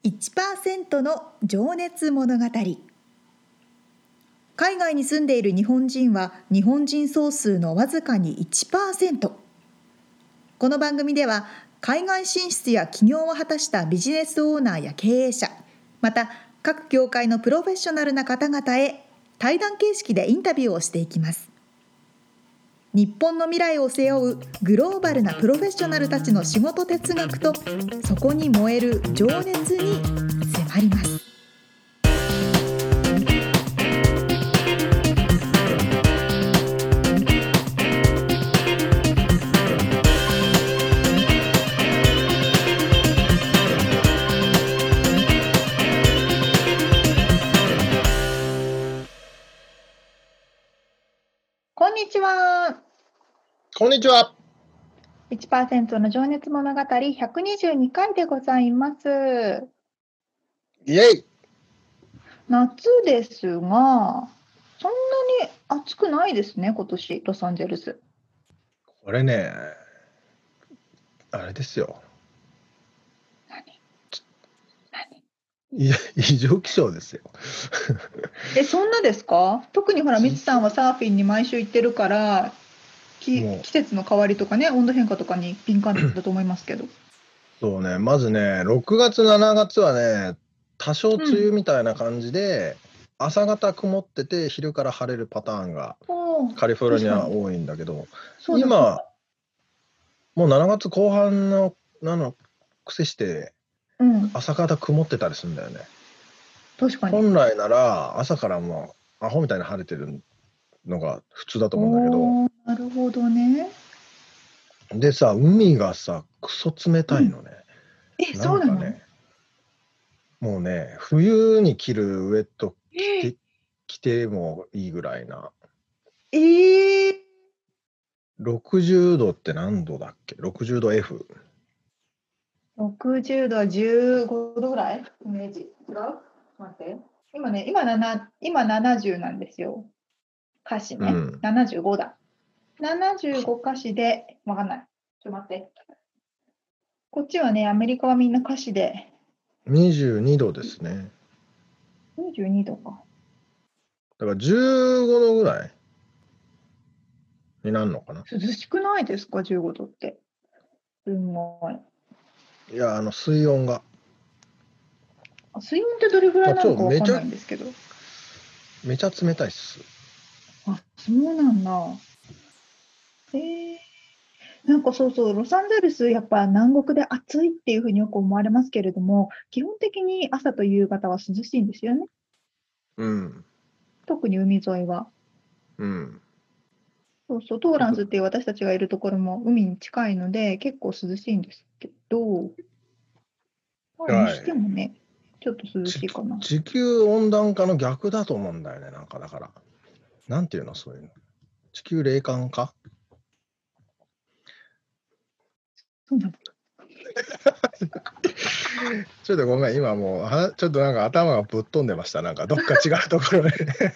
1% の情熱物語。海外に住んでいる日本人は日本人総数のわずかに 1%。この番組では海外進出や起業を果たしたビジネスオーナーや経営者、また各業界のプロフェッショナルな方々へ対談形式でインタビューをしていきます。日本の未来を背負うグローバルなプロフェッショナルたちの仕事哲学とそこに燃える情熱に迫ります。こんにちは。 こんにちは。 1% の情熱物語122回でございます。 イエイ。 夏ですが、そんなに暑くないですね、今年、ロサンゼルス。 これね、あれですよ。いや、異常気象ですよ。 そんなですか？特にほら、みつさんはサーフィンに毎週行ってるから、季節の変わりとかね、温度変化とかに敏感だと思いますけど。 そうね、まずね、6月、7月はね、多少梅雨みたいな感じで、朝方曇ってて、昼から晴れるパターンがカリフォルニア多いんだけど、今、もう7月後半の癖して、朝方曇ってたりするんだよね。 確かに。 本来なら朝からもうアホみたいに晴れてるのが普通だと思うんだけど。 なるほどね。 でさ、海がさ、クソ冷たいのね。 そうなの？ もうね、冬に着るウェット着てもいいぐらいな。60度って何度だっけ？ 60 度 F。 60度は15度ぐらいイメージ。違う？待って。今70なんですよ。歌詞ね。75だ。75歌詞で、わかんない。ちょっと待って。こっちはね、アメリカはみんな歌詞で。 22度ですね。 22度か。 だから15度ぐらいになるのかな。 涼しくないですか、15度って。すごい。 いや、水温が。 水温ってどれぐらいなのかわかんないんですけど。 めちゃ冷たいっす。 あ、そうなんだ。なんかそうそう、ロサンゼルス、やっぱ南国で暑いっていうふうによく思われますけれども、基本的に朝と夕方は涼しいんですよね。特に海沿いは。そうそう、トーランスっていう私たちがいるところも海に近いので、結構涼しいんですけど、にしてもね、ちょっと涼しいかな。 地球温暖化の逆だと思うんだよね、なんかだから。なんていうの、そういうの。地球冷感化？ そうなの。 ちょっとごめん、今もうちょっとなんか頭がぶっ飛んでました。なんかどっか違うところで。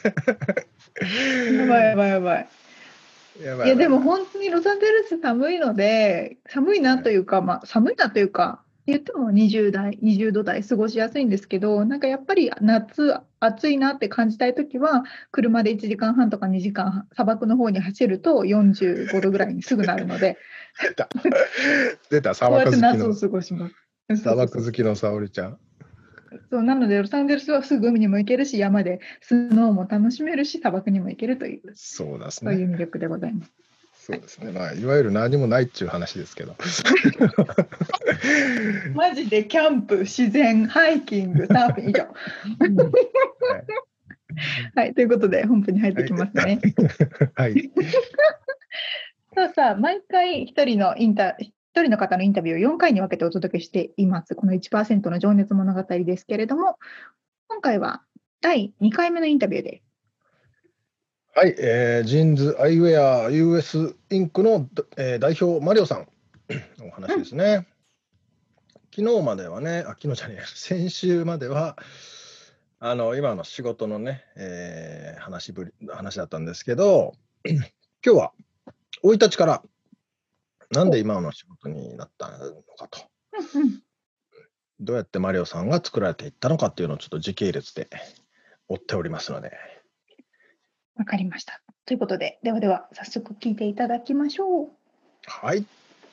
やばいやばいやばい。いやでも本当にロサンゼルス寒いので、寒いなというか、言っても20度台過ごしやすいんですけど、なんかやっぱり夏暑いなって感じたいときは、車で1時間半とか2時間砂漠の方に走ると45度ぐらいにすぐなるので、 出た砂漠好きの。 夏を過ごします。 砂漠好きの沙織ちゃん。 そうなので、ロサンゼルスはすぐ海にも行けるし、山でスノーも楽しめるし、砂漠にも行けるという、 そうですね。 そういう魅力でございます。 そうですね。まあ、いわゆる何もないっていう話ですけど。 マジでキャンプ、自然、ハイキング、サーフィン以上。はい、ということで本編に入ってきますね。 はい。 さあ、毎回一人の方のインタビューを4回に分けてお届けしています。この 1% の情熱物語ですけれども、今回は第2回目のインタビューです。 はい、ジーンズアイウェア US インクの、代表マリオさんのお話ですね。昨日まではね、昨日じゃねえ、先週までは今の仕事のね、話だったんですけど、今日は生い立ちからなんで今の仕事になったのかと。 どうやってマリオさんが作られていったのかっていうのをちょっと時系列で追っておりますので。 わかりました。ということで、ではでは早速聞いていただきましょう。 はい。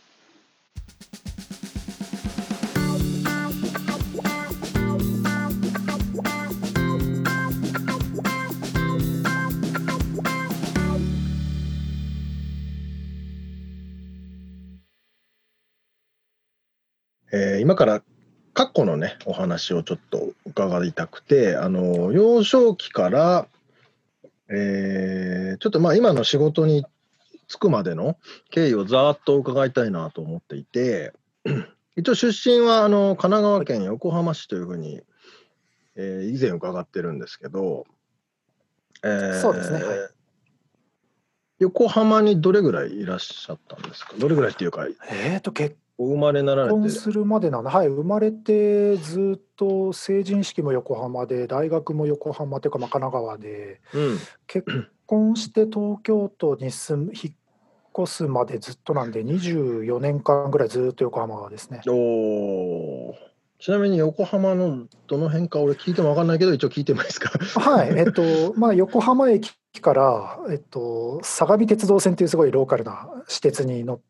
今から過去のねお話をちょっと伺いたくて、幼少期から、ちょっとまあ今の仕事に就くまでの経緯をざーっと伺いたいなと思っていて、一応出身は神奈川県横浜市というふうに、以前伺ってるんですけど、 そうですね、はい。 横浜にどれぐらいいらっしゃったんですか？どれぐらいっていうか、 結お生まれになられて。 婚するまでなんで、はい、生まれてずっと成人式も横浜で、大学も横浜というか、神奈川で、結婚して東京都に引っ越すまでずっとなんで、24年間ぐらいずっと横浜ですね。 おー、ちなみに横浜のどの辺か俺聞いても分かんないけど、一応聞いてもいいですか？ はい、まあ、横浜駅から、相模鉄道線というすごいローカルな私鉄に乗って、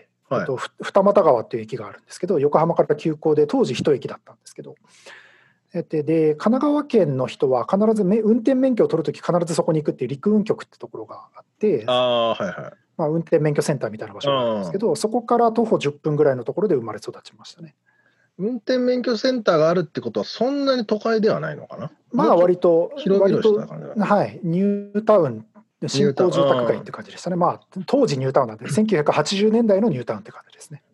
はい二俣川っていう駅があるんですけど、横浜から急行で当時一駅だったんですけど、で神奈川県の人は必ず運転免許を取るとき必ずそこに行くっていう陸運局ってところがあって、 はいはい。 まあ、運転免許センターみたいな場所があるんですけど、そこから徒歩10分ぐらいのところで生まれ育ちましたね。 運転免許センターがあるってことはそんなに都会ではないのかな？ まあ割と広々した感じだね。 はい、ニュータウン、新興住宅街って感じでしたね。まあ当時ニュータウンなんで1980年代のニュータウンって感じですね。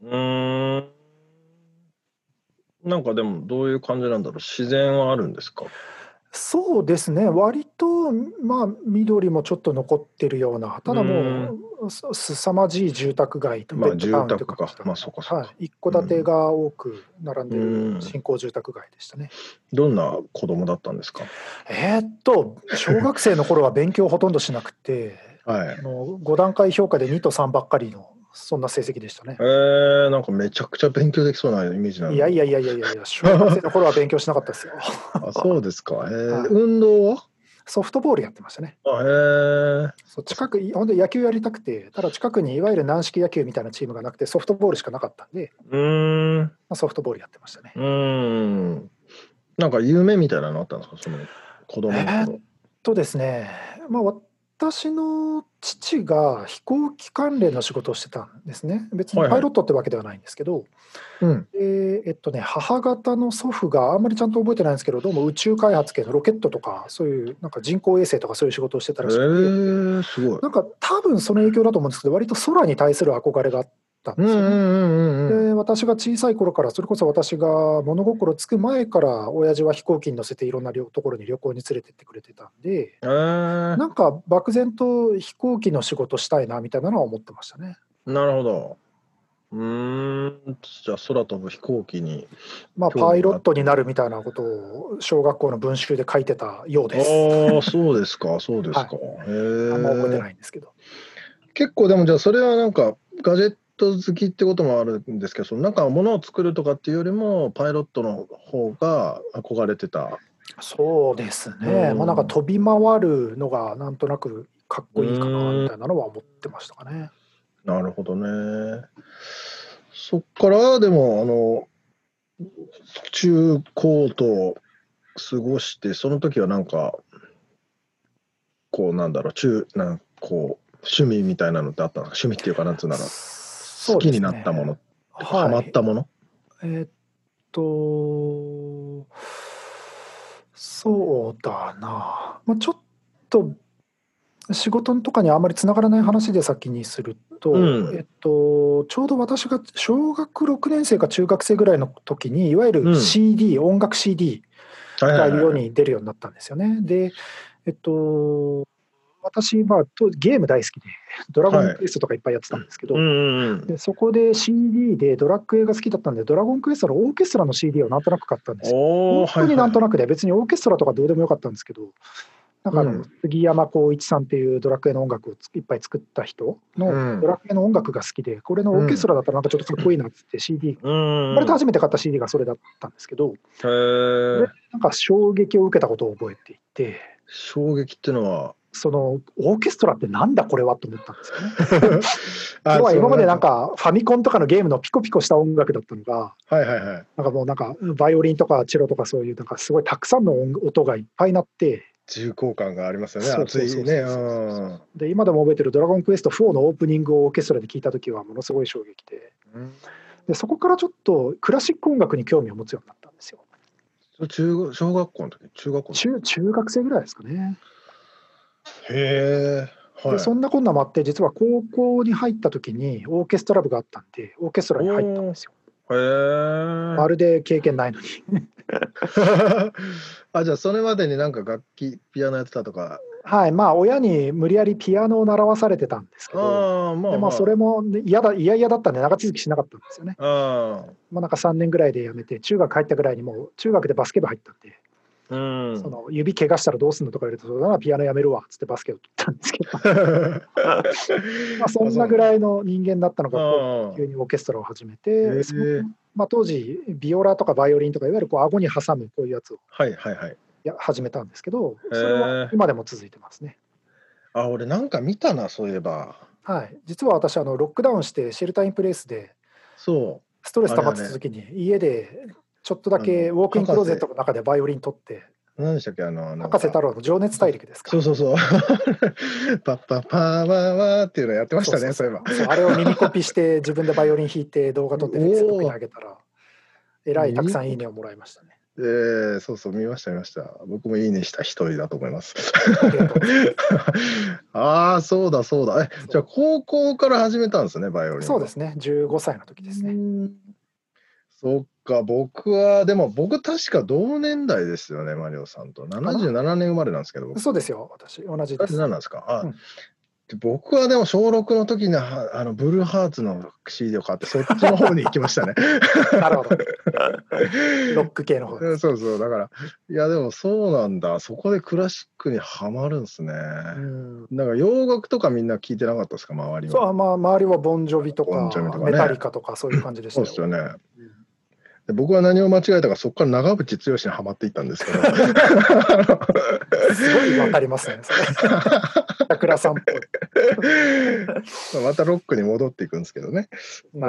なんかでもどういう感じなんだろう？自然はあるんですか？ そうですね、割とまあ緑もちょっと残ってるような、ただもう凄まじい住宅街とベッドタウンという感じだった。 まあそうかそうか。 はい、一戸建てが多く並んでる新興住宅街でしたね。 どんな子供だったんですか？ 小学生の頃は勉強ほとんどしなくて、 はい、 5段階評価で2と3ばっかりのそんな成績でしたね。 なんかめちゃくちゃ勉強できそうなイメージなの。 いや、小学生の頃は勉強しなかったですよ。 あ、そうですか。運動は？ ソフトボールやってましたね。近く、本当に野球やりたくて、ただ近くにいわゆる軟式野球みたいなチームがなくて、ソフトボールしかなかったんで、ソフトボールやってましたね。 なんか夢みたいなのあったんですか、その子供の頃？ ですね、まあ私の父が飛行機関連の仕事をしてたんですね。別にパイロットってわけではないんですけど、母方の祖父があんまりちゃんと覚えてないんですけど、どうも宇宙開発系のロケットとか、そういうなんか人工衛星とかそういう仕事をしてたらしくて、 すごい。 なんか多分その影響だと思うんですけど、割と空に対する憧れがあったんですよね。で、私が小さい頃から、それこそ私が物心つく前から、親父は飛行機に乗せていろんなところに旅行に連れてってくれてたんで、なんか漠然と飛行機の仕事したいなみたいなのは思ってましたね。 なるほど。じゃあ空飛ぶ飛行機に、 まあパイロットになるみたいなことを小学校の文集で書いてたようです。 そうですか、そうですか。 はい、あんま覚えてないんですけど。 結構でもじゃあそれはなんかガジェット好きってこともあるんですけど、なんか物を作るとかっていうよりもパイロットの方が憧れてた。 そうですね、まあなんか飛び回るのがなんとなくかっこいいかなみたいなのは思ってましたかね。 なるほどね。そっからでも中高と過ごして、その時はなんかこうなんだろう、趣味みたいなのってあったの？趣味っていうかなんつうんだろう、好きになったもの、ハマったもの？ そうだな、まあ、ちょっと仕事とかにあまりつながらない話で先にすると、ちょうど私が小学6年生か中学生ぐらいの時に、いわゆる CD、音楽 CD が世に出るようになったんですよね。で、私、まあ、ゲーム大好きで、ドラゴンクエストとかいっぱいやってたんですけど、でそこで CD でドラクエが好きだったんで、ドラゴンクエストのオーケストラの CD をなんとなく買ったんですよ。本当になんとなくで、別にオーケストラとかどうでもよかったんですけど、 なんか杉山浩一さんっていうドラクエの音楽をいっぱい作った人のドラクエの音楽が好きで、これのオーケストラだったらなんかちょっとかっこいいなっつって CD、割と初めて買った CD がそれだったんですけど、なんか衝撃を受けたことを覚えていて。 衝撃っていうのはそのオーケストラってなんだこれはと思ったんですよね。要は今までなんかファミコンとかのゲームのピコピコした音楽だったのが、なんかもうなんかバイオリンとかチェロとかそういうなんかすごいたくさんの音がいっぱいなって、 重厚感がありますよね。熱いね。 で今でも覚えてるドラゴンクエスト4のオープニングをオーケストラで聞いた時はものすごい衝撃で、そこからちょっとクラシック音楽に興味を持つようになったんですよ。 小学校の時、中学生ぐらいですかね。 へえ。 でそんなこんなもあって、実は高校に入った時にオーケストラ部があったんで、オーケストラに入ったんですよ。まるで経験ないのに。 じゃあそれまでになんか楽器ピアノやってたとか。 はい、まあ親に無理やりピアノを習わされてたんですけど、それも嫌だったんで長続きしなかったんですよね。なんか3年ぐらいで辞めて、中学入ったぐらいにもう中学でバスケ部入ったんで、その指怪我したらどうすんのとか言われて、そうだなピアノやめるわっつってバスケを取ったんですけどそんなぐらいの人間だったのが急にオーケストラを始めて、当時ビオラとかバイオリンとかいわゆるこう顎に挟むこういうやつを始めたんですけど、それは今でも続いてますね。 俺なんか見たな、そういえば。 はい、実は私ロックダウンしてシェルターインプレイスでストレス溜まってた時に家でちょっとだけウォークインクローゼットの中でバイオリン取って、 何でしたっけ、 博士太郎の情熱大陸ですか。 そうパッパッパーワーワーっていうのやってましたね。そういえばあれを耳コピして自分でバイオリン弾いて動画撮って Facebook に上げたらえらいたくさんいいねをもらいましたね。 そう見ました。僕もいいねした一人だと思います。そうだ。じゃあ高校から始めたんですね、バイオリン。 そうですね、15歳の時ですね。 そっか、僕確か同年代ですよね、マリオさんと。77年生まれなんですけど。 そうですよ、私同じです。 何なんですか。僕はでも小6の時にブルーハーツの CD を買ってそっちの方に行きましたね。 なるほど。ロック系の方です。 そうだからいやでもそうなんだ、そこでクラシックにはまるんですね。なんか洋楽とかみんな聞いてなかったですか、周りは。 そう、周りはボンジョビとかメタリカとかそういう感じでしたよ。 そうですよね。で僕は何を間違えたか、そこから長渕剛にはまっていったんですけどすごいわかりますね、桜さんっぽい。 またロックに戻っていくんですけどね。で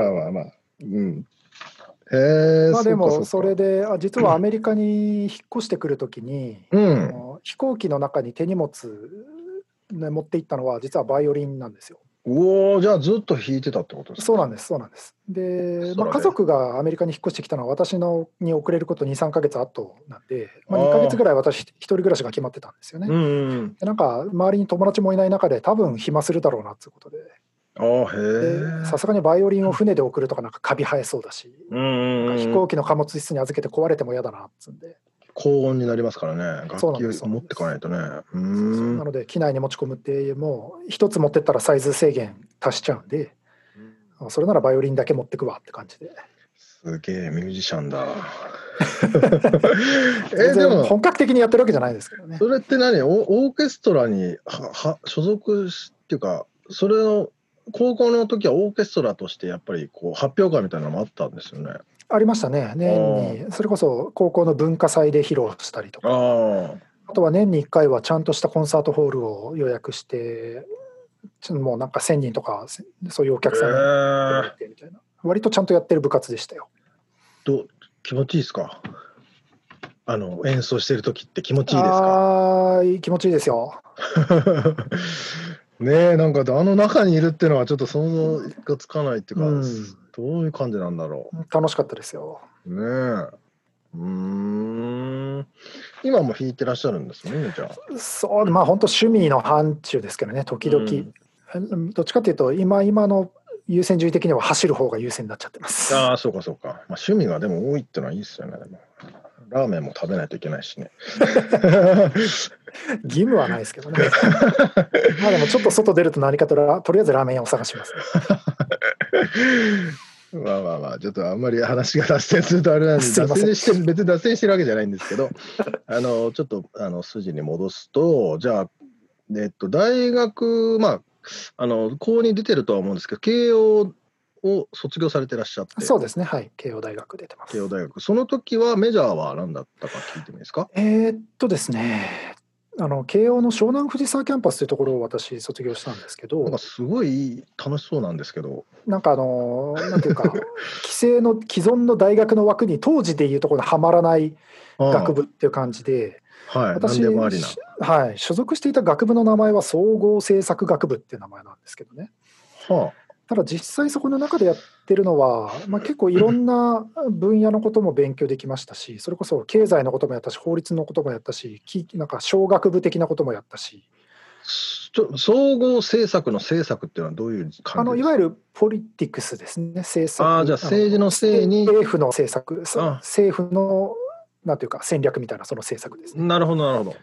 もそれで実はアメリカに引っ越してくるときに、飛行機の中に手荷物、持って行ったのは実はバイオリンなんですよ。 じゃあずっと弾いてたってことですか。 そうなんです。で、家族がアメリカに引っ越してきたのは私に遅れること 2,3 ヶ月後なんで、2ヶ月ぐらい私一人暮らしが決まってたんですよね。でなんか周りに友達もいない中で多分暇するだろうなっていうことで、さすがにバイオリンを船で送るとかなんかカビ生えそうだし、飛行機の貨物室に預けて壊れても嫌だなっつんで。 高温になりますからね、楽器を持ってかないとね。なので機内に持ち込むって、もう一つ持ってったらサイズ制限足しちゃうんで、それならバイオリンだけ持ってくわって感じで。 すげえミュージシャンだ。 でも本格的にやってるわけじゃないですけどね。 それって何、オーケストラに所属っていうか、それの高校の時はオーケストラとしてやっぱりこう発表会みたいなのもあったんですよね。 ありましたね。年にそれこそ高校の文化祭で披露したりとか、あとは年に1回はちゃんとしたコンサートホールを予約して、もうなんか1,000人とかそういうお客さんがいてみたいな、割とちゃんとやってる部活でしたよ。 気持ちいいですか？演奏してる時って気持ちいいですか？ 気持ちいいですよ。 なんか中にいるっていうのはちょっと想像がつかないっていうか、どういう感じなんだろう。 楽しかったですよ。 今も弾いてらっしゃるんですね、じゃあ。 そう、本当趣味の範疇ですけどね、時々。どっちかっていうと今の優先順位的には走る方が優先になっちゃってます。 そうか。趣味がでも多いってのはいいですよね。でもラーメンも食べないといけないしね。 義務はないですけどね。でもちょっと外出ると何かとりあえずラーメン屋を探します、 まあまあまあ、ちょっとあんまり話が脱線するとあれなんで、 すいません別に脱線してるわけじゃないんですけど、ちょっと筋に戻すと、じゃあ、大学、まあ、高に出てるとは思うんですけど、慶応を卒業されてらっしゃって、 そうですね、はい、慶応大学出てます。 慶応大学、その時はメジャーは何だったか聞いてもいいですか？ ですね、慶応の湘南藤沢キャンパスというところを私卒業したんですけど、 なんかすごい楽しそうなんですけど、 なんかなんていうか既存の大学の枠に当時でいうところのはまらない学部っていう感じで、 はい、何私でもありな。 はい、所属していた学部の名前は総合政策学部っていう名前なんですけどね。 はただ実際そこの中でやってるのは、結構いろんな分野のことも勉強できましたし、それこそ経済のこともやったし、法律のこともやったし、なんか小学部的なこともやったし、 総合政策の政策っていうのはどういう感じですか？ いわゆるポリティクスですね、政策。 じゃあ政治のせいに。 政府の政策、 あ、 政府のなんていうか戦略みたいなその政策ですね。 なるほどなるほど。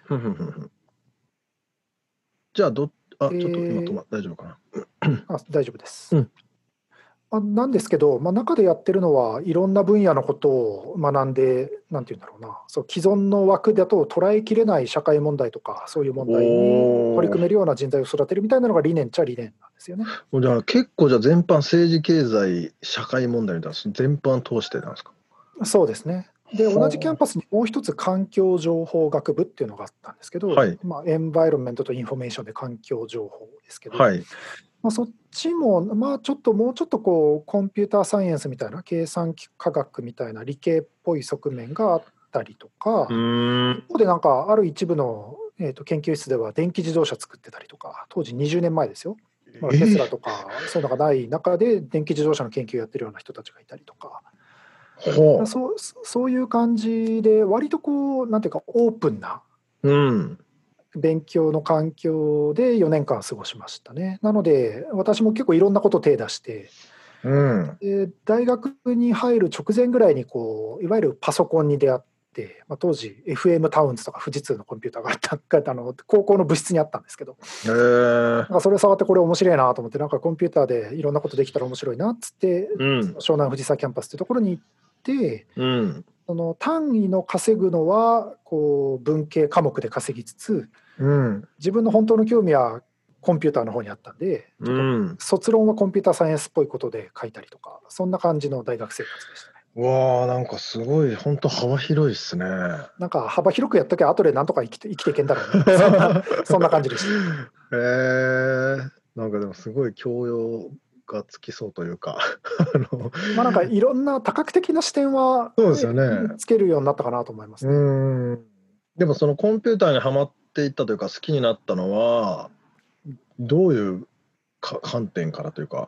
じゃあちょっと今大丈夫かな。 大丈夫です。なんですけど、中でやってるのはいろんな分野のことを学んで、なんていうんだろうな、そう既存の枠だと捉えきれない社会問題とか、そういう問題に取り組めるような人材を育てるみたいなのが理念っちゃ理念なんですよね。 じゃあ結構全般政治経済社会問題みたいな全般通してなんですか？ そうですね。で同じキャンパスにもう一つ環境情報学部っていうのがあったんですけど、 はい、 エンバイロメントとインフォメーションで環境情報ですけど、 はい、 そっちももうちょっとこうコンピューターサイエンスみたいな計算科学みたいな理系っぽい側面があったりとか、一方でなんかある一部の、研究室では電気自動車作ってたりとか、当時20年前ですよ。テスラとかそういうのがない中で電気自動車の研究をやってるような人たちがいたりとか、そういう感じで割とこうなんていうかオープンな勉強の環境で4年間過ごしましたね。なので私も結構いろんなこと手出して、で大学に入る直前ぐらいにこういわゆるパソコンに出会って、当時 FM タウンズとか富士通のコンピューターがあった高校の部室にあったんですけど、なんかそれ触ってこれ面白いなと思って、なんかコンピューターでいろんなことできたら面白いなっつって、湘南藤沢キャンパスっていうところに行って、その単位の稼ぐのはこう文系科目で稼ぎつつ、自分の本当の興味はコンピューターの方にあったんで、ちょっと卒論はコンピューターサイエンスっぽいことで書いたりとか、そんな感じの大学生活でしたね。 わあ、なんかすごい本当幅広いですね。 なんか幅広くやっときゃ後でなんとか生きていけんだろうね。そんな感じでした。 なんかでもすごい教養がつきそうというかなんかいろんな多角的な視点はそうですよね。 つけるようになったかなと思いますね。 でもそのコンピューターにはまっていったというか好きになったのはどういう観点からというか。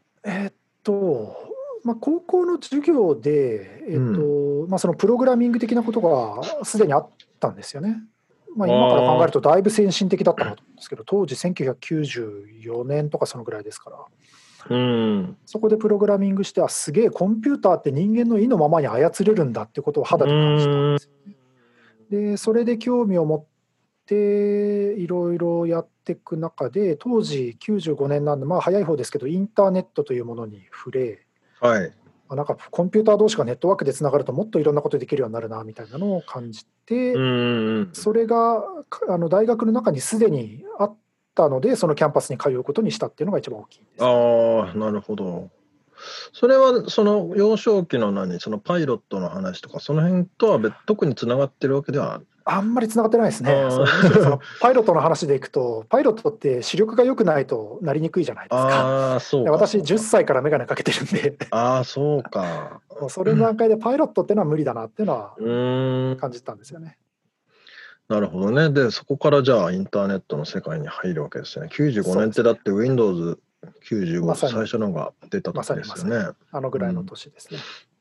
高校の授業で、そのプログラミング的なことがすでにあったんですよね。今から考えるとだいぶ先進的だったなと思うんですけど、当時1994年とかそのぐらいですから、そこでプログラミングして、すげえコンピューターって人間の意のままに操れるんだってことを肌で感じたんですよね。でそれで興味を持っていろいろやっていく中で、当時95年なんで早い方ですけど、インターネットというものに触れ、なんかコンピューター同士がネットワークでつながるともっといろんなことできるようになるなみたいなのを感じて、それが大学の中にすでにあったので、そのキャンパスに通うことにしたっていうのが一番大きいです。 なるほど。それはその幼少期のそのパイロットの話とかその辺とは特につながってるわけではあんまりつながってないですね。むしろそのパイロットの話でいくと、パイロットって視力が良くないとなりにくいじゃないですか。私10歳から眼鏡かけてるんでそうかそれの段階でパイロットっていうのは無理だなっていうのは感じたんですよね。 なるほどね。でそこからじゃあインターネットの世界に入るわけですね。95年ってだって Windows95 最初のが出た時ですよね。 あのぐらいの年ですね。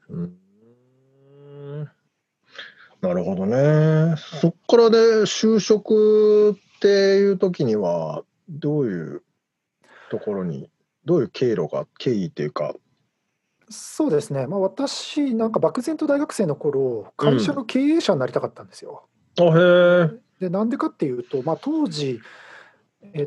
なるほどね。そっからで就職っていう時にはどういうところにどういう経緯っていうか。 そうですね。私なんか漠然と大学生の頃、会社の経営者になりたかったんですよ。でなんでかっていうと、当時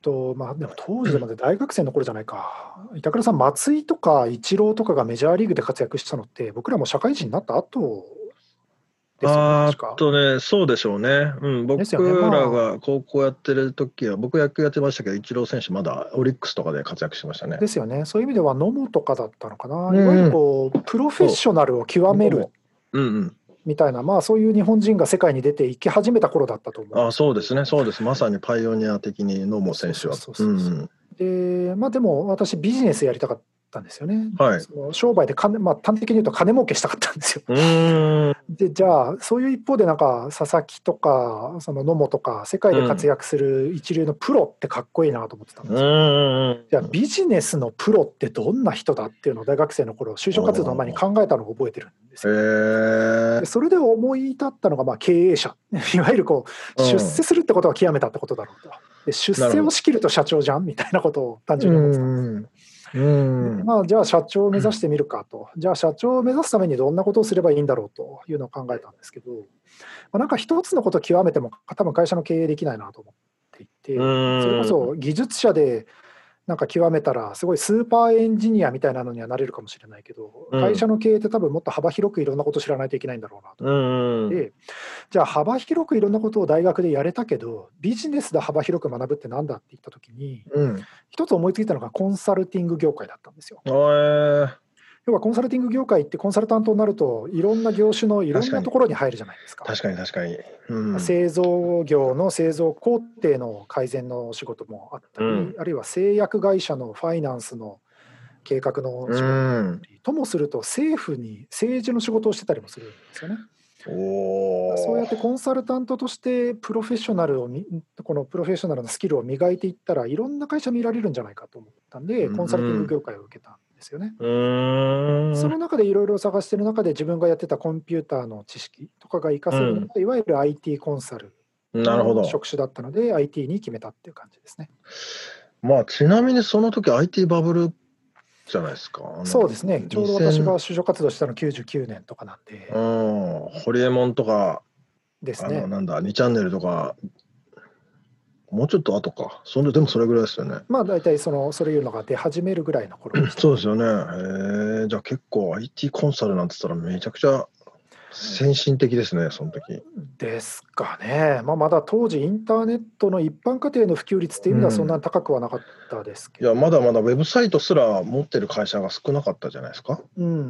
でも当時でまで大学生の頃じゃないか。板倉さん、松井とかイチローとかがメジャーリーグで活躍したのって、僕らも社会人になった後ですよね、確か。 そうでしょうね。僕ですよね。 らが高校やってる時は、僕野球やってましたけど、イチロー選手まだオリックスとかで活躍してましたね。 ですよね。そういう意味では野茂とかだったのかな。 うんいわゆるプロフェッショナルを極めるみたいな、そういう日本人が世界に出ていき始めた頃だったと思う。 そうですね、そうです。まさにパイオニア的に野茂選手は。 でも私ビジネスやりたかったんですよね。 はい、 その商売で端的に言うと金儲けしたかったんですよ。でじゃあそういう一方でなんか佐々木とかその野茂とか世界で活躍する一流のプロってかっこいいなと思ってたんですよ。じゃあビジネスのプロってどんな人だっていうのを大学生の頃就職活動の前に考えたのを覚えてるんですよ。でそれで思い至ったのが経営者いわゆる出世するってことは極めたってことだろうと。で出世を仕切ると社長じゃんみたいなことを単純に思ってたんです。じゃあ社長を目指してみるかと。じゃあ社長を目指すためにどんなことをすればいいんだろうというのを考えたんですけど、なんか一つのことを極めても多分会社の経営できないなと思っていて、それこそ技術者でなんか極めたらすごいスーパーエンジニアみたいなのにはなれるかもしれないけど、会社の経営って多分もっと幅広くいろんなことを知らないといけないんだろうなと思って、じゃあ幅広くいろんなことを大学でやれたけどビジネスで幅広く学ぶってなんだって言った時に、一つ思いついたのがコンサルティング業界だったんですよ。要はコンサルティング業界ってコンサルタントになるといろんな業種のいろんなところに入るじゃないですか。 確かに、 製造業の製造工程の改善の仕事もあったり、あるいは製薬会社のファイナンスの計画の仕事もあったり、ともすると政治の仕事をしてたりもするんですよね。そうやってコンサルタントとしてこのプロフェッショナルのスキルを磨いていったらいろんな会社見られるんじゃないかと思ったんで、コンサルティング業界を受けたんですよね。その中でいろいろ探している中で自分がやってたコンピューターの知識とかが活かせるので、いわゆる IT コンサルの職種だったので IT に決めたっていう感じですね。 ちなみにその時 IT バブルじゃないですか。 そうですね。ちょうど私が就職活動したの99年とかなんで。 ホリエモンとかですね。 2チャンネルとかもうちょっと後か。でもそれぐらいですよね。 大体そういうのが出始めるぐらいの頃でした。 そうですよね。じゃあ結構 IT コンサルなんて言ったらめちゃくちゃ先進的ですね、その時。 ですかね。まだ当時インターネットの一般家庭の普及率っていう意味ではそんなに高くはなかったですけど、 いやまだまだウェブサイトすら持ってる会社が少なかったじゃないですか。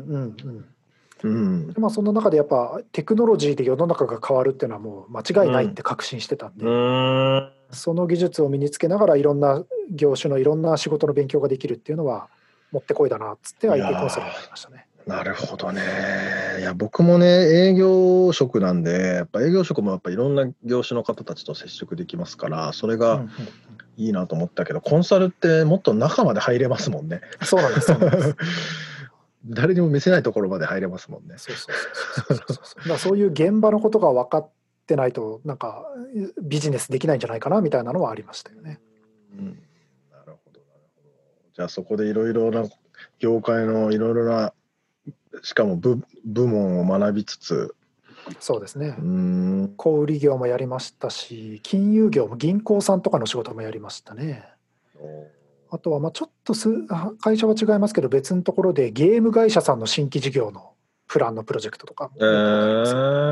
その中でやっぱテクノロジーで世の中が変わるっていうのはもう間違いないって確信してたんで、その技術を身につけながらいろんな業種のいろんな仕事の勉強ができるっていうのはもってこいだなっつって IT コンサルになりましたね。 なるほどね。いや僕もね営業職なんで、やっぱ営業職もやっぱいろんな業種の方たちと接触できますから、それがいいなと思ったけど、コンサルってもっと中まで入れますもんね。 そうなんです。 誰にも見せないところまで入れますもんね。 そういう現場のことが分かってないとなんかビジネスできないんじゃないかなみたいなのはありましたよね。 なるほど。じゃあそこでいろいろな業界のいろいろなしかも部門を学びつつ、 そうですね。小売業もやりましたし、金融業も銀行さんとかの仕事もやりましたね。あとはちょっと会社は違いますけど別のところでゲーム会社さんの新規事業のプランのプロジェクトとかもやったことあります。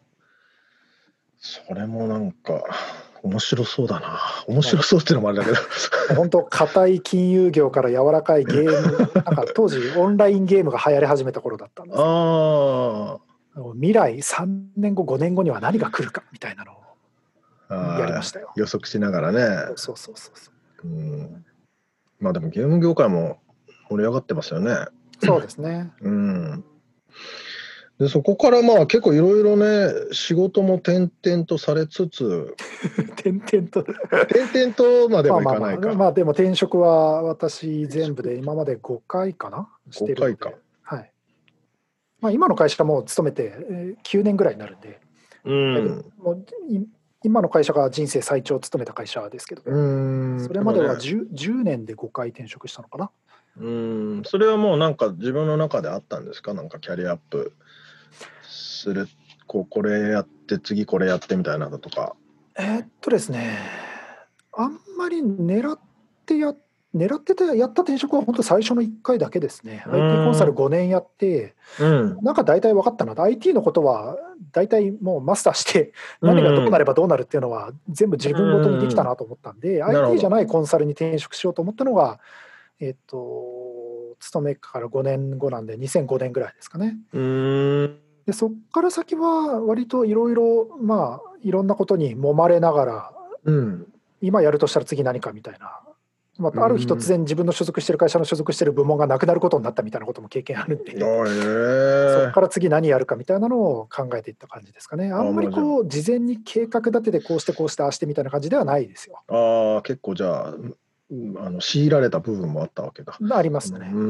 それもなんか面白そうだな。面白そうっていうのもあれだけど本当硬い金融業から柔らかいゲームなんか当時オンラインゲームが流行り始めた頃だったんですけど、未来3年後5年後には何が来るかみたいなのをやりましたよ。 予測しながらね。 そう。 でもゲーム業界も盛り上がってますよね。 そうですね。 でそこから結構いろいろね仕事も転々とされつつ転々 とまではいかないか。 でも転職は私全部で今まで5回かなしてるので、5回か。はい。今の会社も勤めて9年ぐらいになるんで、もう今の会社が人生最長勤めた会社ですけど、それまでは 10年で5回転職したのかな。 それはもうなんか自分の中であったんですか？なんかキャリアアップする、これやって次これやってみたいなのとか。 ですね、 あんまり狙ってやった転職は本当最初の1回だけですね。 う IT ーんコンサル5年やって、なんか大体分かったなと。IT のことは大体もうマスターして、何がどうなればどうなるっていうのは全部自分ごとにできたなと思ったんで、 なるほど IT じゃないコンサルに転職しようと思ったのが、勤めから5年後なんで2005年ぐらいですかね。でそっから先は割といろいろいろんなことに揉まれながら、今やるとしたら次何かみたいな、ある日突然自分の所属してる会社の所属してる部門がなくなることになったみたいなことも経験あるんで、そこから次何やるかみたいなのを考えていった感じですかね。あんまりこう事前に計画立ててこうしてああしてみたいな感じではないですよ。 結構じゃあ強いられた部分もあったわけだ。 ありますね。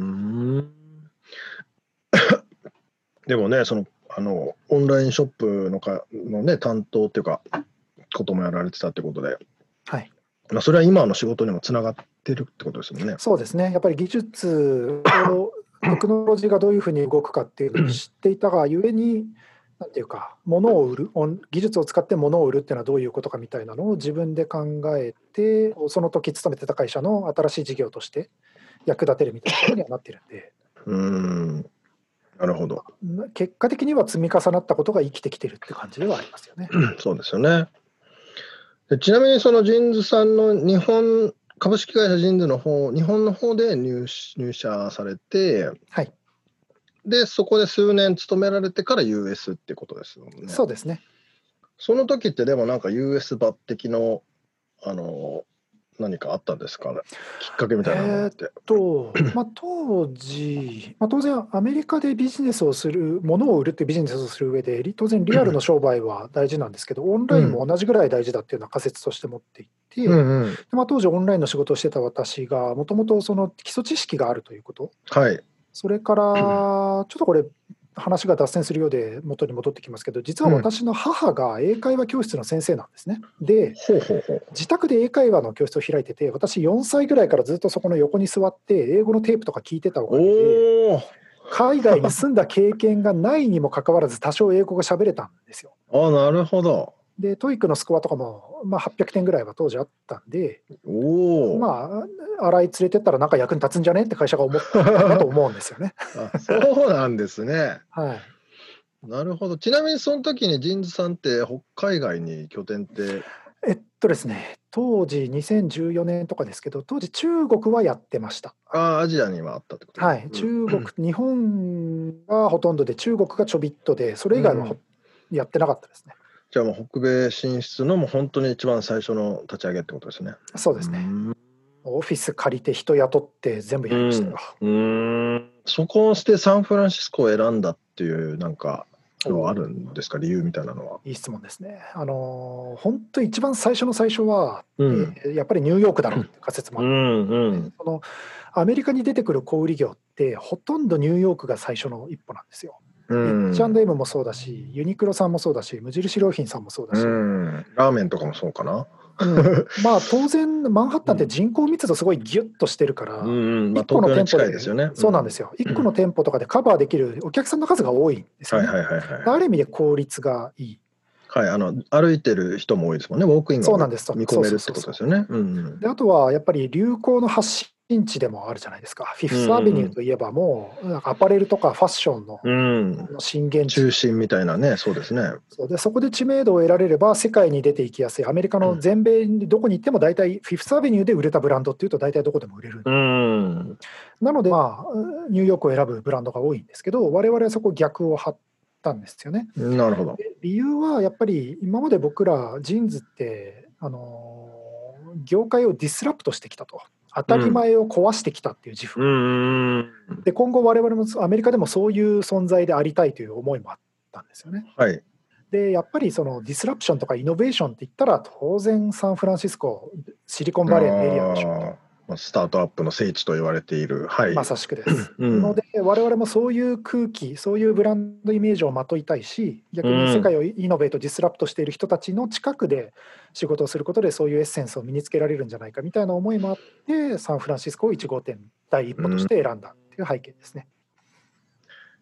でもね、オンラインショップのね担当っていうかこともやられてたってことで、 はい。 それは今の仕事にもつながってるってことですもんね。 そうですね。やっぱり技術をテクノロジーがどういうふうに動くかっていうのを知っていたがゆえに、なんていうか、物を売る、技術を使って物を売るっていうのはどういうことかみたいなのを自分で考えて、その時勤めてた会社の新しい事業として役立てるみたいなことにはなってるんで。 なるほど。 結果的には積み重なったことが生きてきてるって感じではありますよね。 そうですよね。ちなみにそのジンズさんの株式会社ジンズの方、日本の方で入社されて、 はい。 でそこで数年勤められてから US ってことですもんね。 そうですね。その時ってでもなんか US 抜擢の何かあったんですかね、きっかけみたいなのって。当時、当然アメリカでビジネスをする、物を売るっていうビジネスをする上で、当然リアルの商売は大事なんですけど、オンラインも同じぐらい大事だっていうのは仮説として持っていて、当時オンラインの仕事をしてた私が、もともとその基礎知識があるということ、それから、ちょっとこれ、話が脱線するようで元に戻ってきますけど、実は私の母が英会話教室の先生なんですね。で、自宅で英会話の教室を開いてて、私4歳ぐらいからずっとそこの横に座って英語のテープとか聞いてたおかげで、海外に住んだ経験がないにもかかわらず多少英語が喋れたんですよ。 なるほど。 で、TOEIC のスコアとかも、800点ぐらいは当時あったんで、洗い連れてったらなんか役に立つんじゃねって会社が思ったんだと思うんですよね。 そうなんですね。 はい。 なるほど。ちなみにその時にジンズさんって海外に拠点って？ ですね、当時2014年とかですけど、当時中国はやってました。 アジアにはあったってこと？ はい、中国、日本がほとんどで、中国がちょびっとで、それ以外はやってなかったですね。 じゃあもう北米進出のもう本当に一番最初の立ち上げってことですね。 そうですね。オフィス借りて人雇って全部やりましたよ。 そこをしてサンフランシスコを選んだっていうなんかあるんですか、理由みたいなのは。 いい質問ですね。本当一番最初の最初は、やっぱりニューヨークだろうって仮説もある。アメリカに出てくる小売業ってほとんどニューヨークが最初の一歩なんですよ。H&M もそうだし、ユニクロさんもそうだし、無印良品さんもそうだし、 ラーメンとかもそうかな。 当然マンハッタンって人口密度すごいギュッとしてるから、1個の店舗で、そうなんですよ、1個の店舗とかでカバーできるお客さんの数が多いんですよね。ある意味で効率がいい。 歩いてる人も多いですもんね。ウォークインが見込めるってことですよね。 であとはやっぱり流行の発信地でもあるじゃないですか。フィフスアベニューといえばもうアパレルとかファッションの震源地、 中心みたいなね。そうですね。 そこで知名度を得られれば世界に出ていきやすい。アメリカの全米にどこに行っても大体フィフスアベニューで売れたブランドっていうと大体どこでも売れる。なのでニューヨークを選ぶブランドが多いんですけど、我々はそこ逆を張ったんですよね。 なるほど。 理由はやっぱり今まで僕らジーンズって業界をディスラプトしてきたと、当たり前を壊してきたっていう自負、で今後我々もアメリカでもそういう存在でありたいという思いもあったんですよね。でやっぱりそのディスラプションとかイノベーションって言ったら当然サンフランシスコ、シリコンバレーのエリアでしょうと。 スタートアップの聖地と言われている。 まさしくです。ので我々もそういう空気、そういうブランドイメージをまといたいし、逆に世界をイノベートディスラプトしている人たちの近くで仕事をすることでそういうエッセンスを身につけられるんじゃないかみたいな思いもあって、サンフランシスコを1号店第一歩として選んだっていう背景ですね。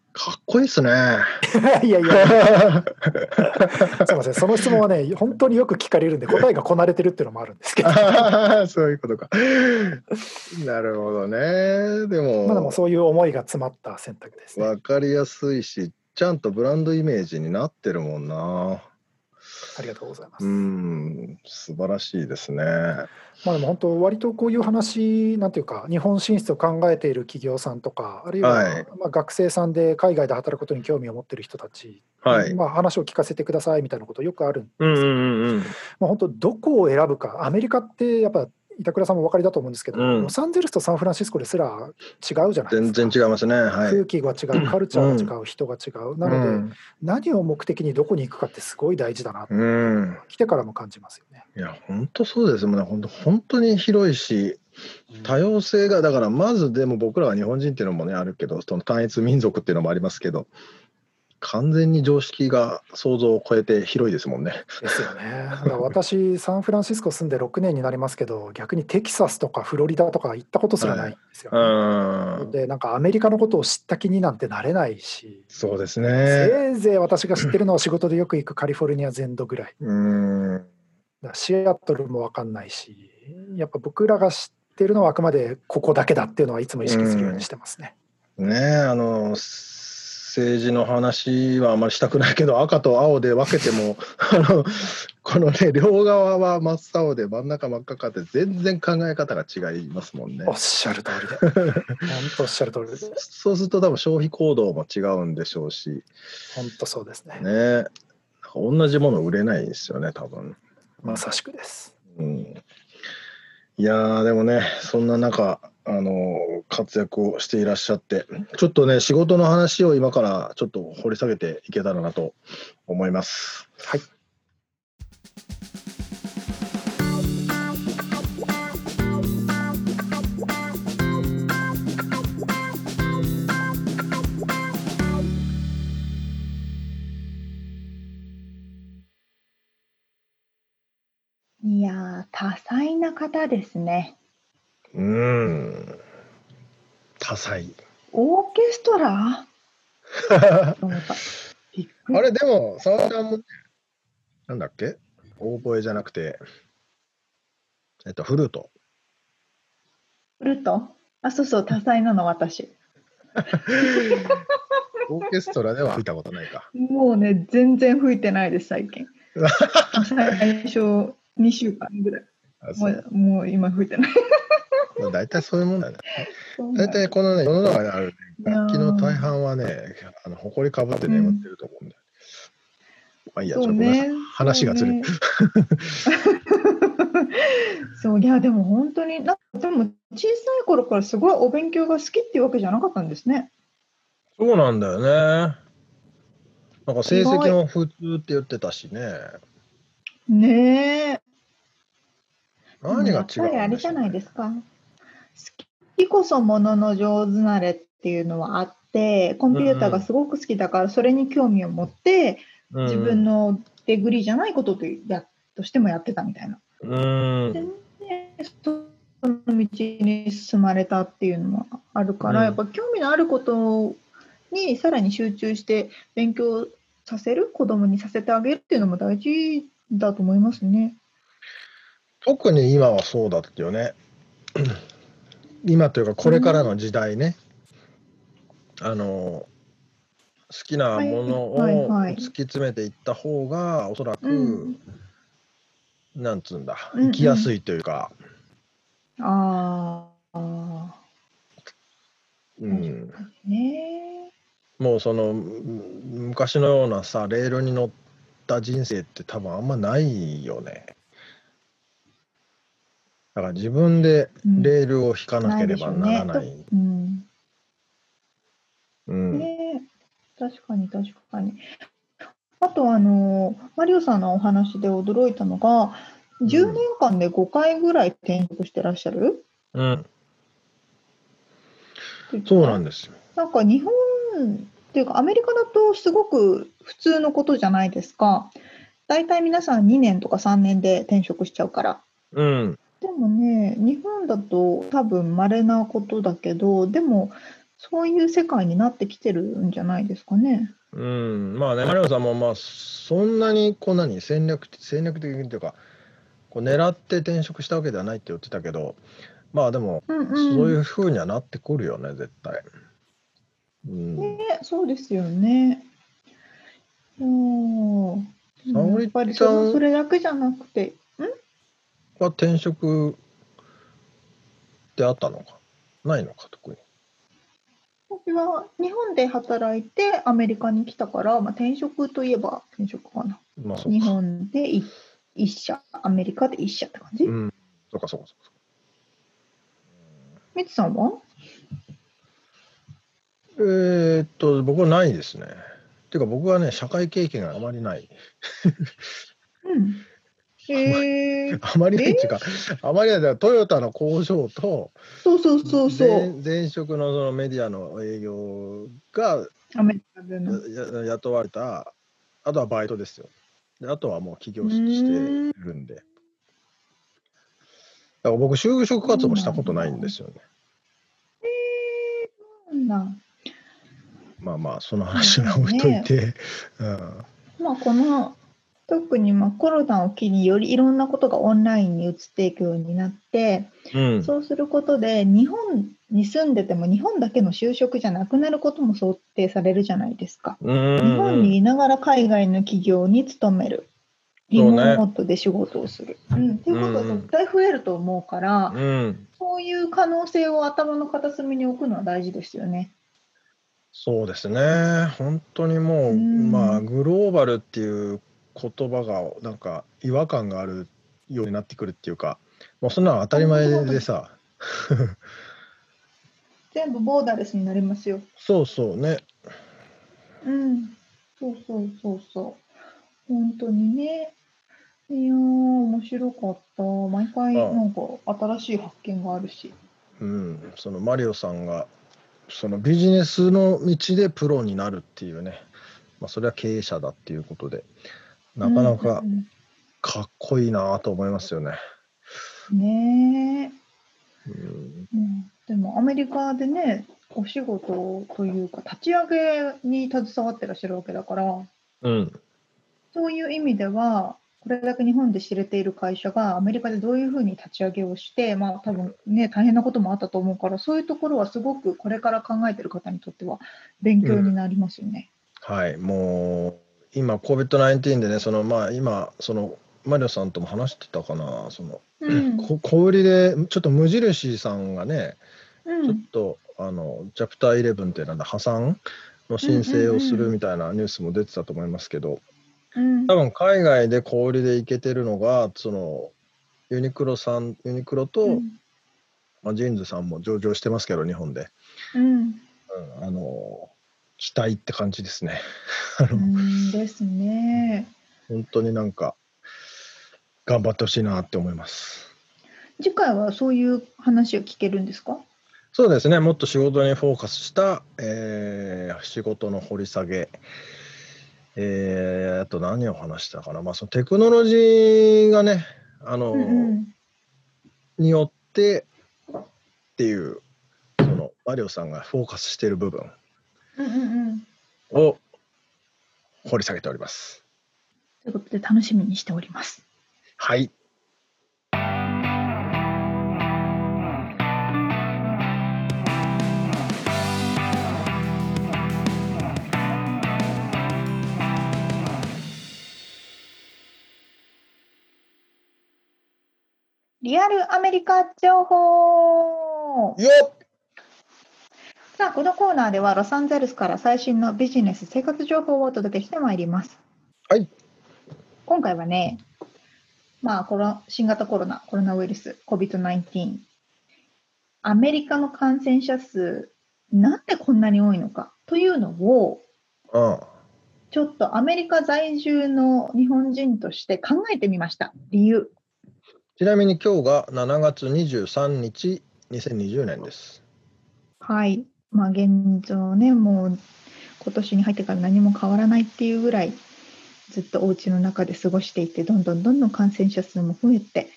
かっこいいですね。 いやいやすいません、その質問はね本当によく聞かれるんで答えがこなれてるっていうのもあるんですけどそういうことか。なるほどね。でまあでももそういう思いが詰まった選択ですね。 分かりやすいし、ちゃんとブランドイメージになってるもんな。 ありがとうございます。 素晴らしいですね。 まあでも本当割とこういう話なんていうか日本進出を考えている企業さんとかあるいははいまあ学生さんで海外で働くことに興味を持っている人たちはい。 まあ話を聞かせてくださいみたいなことよくあるんうんですけど、 うんまあ本当どこを選ぶか。アメリカってやっぱ板倉さんもお分かりだと思うんですけど、ロサンゼルスとサンフランシスコですら違うじゃないですか。 全然違いますね。はい。 空気が違う、カルチャーが違う、人が違う。なので、何を目的にどこに行くかってすごい大事だなって来てからも感じますよね。 いや本当そうですもんね。本当に広いし多様性がだからまずでも僕らは日本人っていうのもねあるけど、その単一民族っていうのもありますけど、完全に常識が想像を超えて広いですもんね。 ですよね。だから私サンフランシスコ住んで6年になりますけど、逆にテキサスとかフロリダとか行ったことすらないんですよね。でなんかアメリカのことを知った気になんてなれないし、 そうですね。 せいぜい私が知ってるのは仕事でよく行くカリフォルニア全土ぐらい。だシアトルも分かんないし、やっぱ僕らが知ってるのはあくまでここだけだっていうのはいつも意識するようにしてますね。 政治の話はあまりしたくないけど、赤と青で分けてもこのね両側は真っ青で真ん中真っ赤かって全然考え方が違いますもんね。 おっしゃる通りで本当おっしゃる通りでそうすると多分消費行動も違うんでしょうし、 本当そうですね。 同じもの売れないですよね多分。 まさしくです。 いやでもねそんな中活躍をしていらっしゃって、ちょっとね仕事の話を今からちょっと掘り下げていけたらなと思います。 はい。 いや多彩な方ですね。 多彩。 オーケストラあれでも沢田もなんだっけ、オーボエじゃなくてフルート。 フルート？あ、そうそう、多彩なの私。 オーケストラでは吹いたことないか。 もうね全然吹いてないです最近。最初2週間ぐらい。もう今吹いてない。 大体そういうもんだね。大体このね世の中にある楽器の大半はね埃かぶって眠ってると思うんだよ。まあいいや、ちょっとごめんなさい、話がずれる。 そういやでも本当にでも小さい頃からすごいお勉強が好きっていうわけじゃなかったんですね。 そうなんだよね。なんか成績も普通って言ってたしね。 ねえ。 何が違うんでしょうね。 やっぱりあれじゃないですか。好きこそものの上手なれっていうのはあって、コンピューターがすごく好きだからそれに興味を持って、自分のデグリじゃないこととしてもやってたみたいな。でね、その道に進まれたっていうのもあるから、やっぱ興味のあることにさらに集中して勉強させる、子供にさせてあげるっていうのも大事だと思いますね。 特に今はそうだったよね。今というかこれからの時代ね、好きなものを突き詰めていった方がおそらく、なんつうんだ、生きやすいというか、もうその昔のようなさレールに乗った人生って多分あんまないよね。だから自分でレールを引かなければならない。 確かに確かに。あとマリオさんのお話で驚いたのが、10年間で5回ぐらい転職してらっしゃる？ そうなんですよ。 なんか日本っていうかアメリカだとすごく普通のことじゃないですか。だいたい皆さん2年とか3年で転職しちゃうから。でもね、日本だと多分稀なことだけど、でもそういう世界になってきてるんじゃないですかね。 まあね、マリオさんもまあそんなに戦略的にというか、こう狙って転職したわけではないって言ってたけど、まあでもそういう風にはなってくるよね、絶対。 そうですよね。やっぱりそれだけじゃなくて、 は転職ってあったのかないのか、特に。 私は日本で働いてアメリカに来たから、転職といえば転職かな。日本で1社、アメリカで1社って感じ。 そうか。 みつさんは？ 僕はないですね。っていうか僕はね、社会経験があまりない。あまりないっていうか、あまりない。トヨタの工場と、前職のそのメディアの営業がアメリカで雇われた、あとはバイトですよ。であとはもう起業してるんで。だから僕、就職活動もしたことないんですよね。まあ、その話は置いといて。 この特にコロナを機によりいろんなことがオンラインに移っていくようになって、そうすることで日本に住んでても日本だけの就職じゃなくなることも想定されるじゃないですか。日本にいながら海外の企業に勤める、リモートで仕事をする、っていうことは絶対増えると思うから、そういう可能性を頭の片隅に置くのは大事ですよね。 そうですね。本当にもう、グローバルっていう言葉がなんか違和感があるようになってくるっていうか、もうそんなの当たり前でさ。 全部ボーダレスになりますよ。 そうね。 そう。本当にね。いやー、面白かった。毎回なんか新しい発見があるし。 そのマリオさんがそのビジネスの道でプロになるっていうね、それは経営者だっていうことで、なかなかかっこいいなと思いますよね。 ねえ。でもアメリカでね、お仕事というか立ち上げに携わってらっしゃるわけだから、そういう意味ではこれだけ日本で知れている会社がアメリカでどういうふうに立ち上げをして、多分ね大変なこともあったと思うから、そういうところはすごくこれから考えている方にとっては勉強になりますよね。 はい、もう今 COVID-19 でね、今そのマリオさんとも話してたかな、その、小売りでちょっと無印さんがね、ちょっとチャプター11って破産の申請をするみたいなニュースも出てたと思いますけど、多分海外で小売りでいけてるのがそのユニクロと、ジーンズさんも上場してますけど日本で、期待って感じですね。 ですね。 本当になんか頑張ってほしいなって思います。 次回はそういう話を聞けるんですか？ そうですね。もっと仕事にフォーカスした、仕事の掘り下げ、あと何を話したかな。そのテクノロジーがね、によってっていうそのマリオさんがフォーカスしている部分を掘り下げております。 ということで楽しみにしております。 はい。 リアルアメリカ情報。さあ、このコーナーではロサンゼルスから最新のビジネス生活情報をお届けしてまいります。 はい。 今回はね、新型コロナウイルス COVID-19、アメリカの感染者数なんでこんなに多いのかというのを、ちょっとアメリカ在住の日本人として考えてみました。理由。 ちなみに今日が7月23日、2020年です。 はい。現状ね、もう今年に入ってから何も変わらないっていうぐらい、ずっとお家の中で過ごしていて、どんどん感染者数も増えて。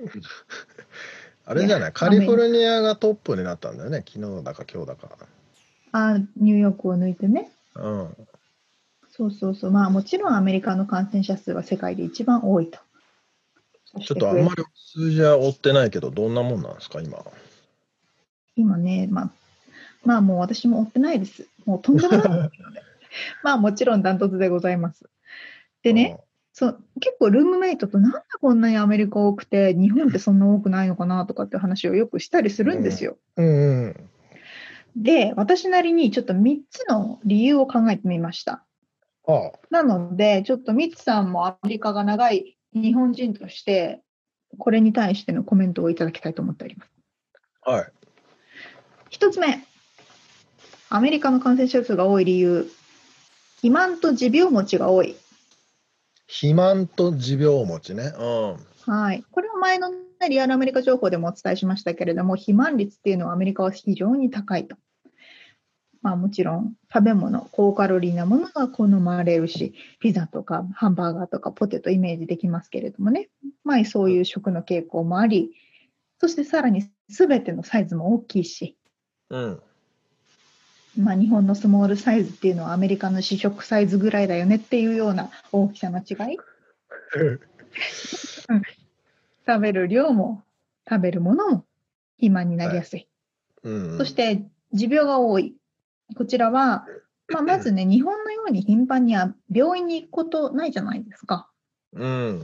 あれじゃない、カリフォルニアがトップになったんだよね、昨日だか今日だか。 ニューヨークを抜いてね。 うん。 そうそうそう。まあもちろんアメリカの感染者数は世界で一番多いと。そしちょってとあ増えて、 んまり数字は追ってないけど、どんなもんなんですか、今。 今ね、まあもう私も追ってないです。もうとんでもないので。まあもちろんダントツでございます。でね、結構ルームメイトとなんでこんなにアメリカ多くて、日本ってそんな多くないのかなとかって話をよくしたりするんですよ。 うんうん。 で、私なりにちょっと3つの理由を考えてみました。 あなので、ちょっとミツさんもアメリカが長い日本人として、これに対してのコメントをいただきたいと思っております。 あ、はい。 1つ目、アメリカの感染者数が多い理由、肥満と持病持ちが多い。 肥満と持病持ちね。 はい。これは前の、ね、リアルアメリカ情報でもお伝えしましたけれども、肥満率っていうのはアメリカは非常に高いと。まあもちろん食べ物、高カロリーなものが好まれるし、ピザとかハンバーガーとかポテトイメージできますけれどもね。まあそういう食の傾向もあり、そしてさらに全てのサイズも大きいし、 うん。 まあ日本のスモールサイズっていうのはアメリカの試食サイズぐらいだよねっていうような大きさの違い。うん、食べる量も食べるものも肥満になりやすい。そして持病が多い。こちらは、まずね、日本のように頻繁には病院に行くことないじゃないですか。 うん。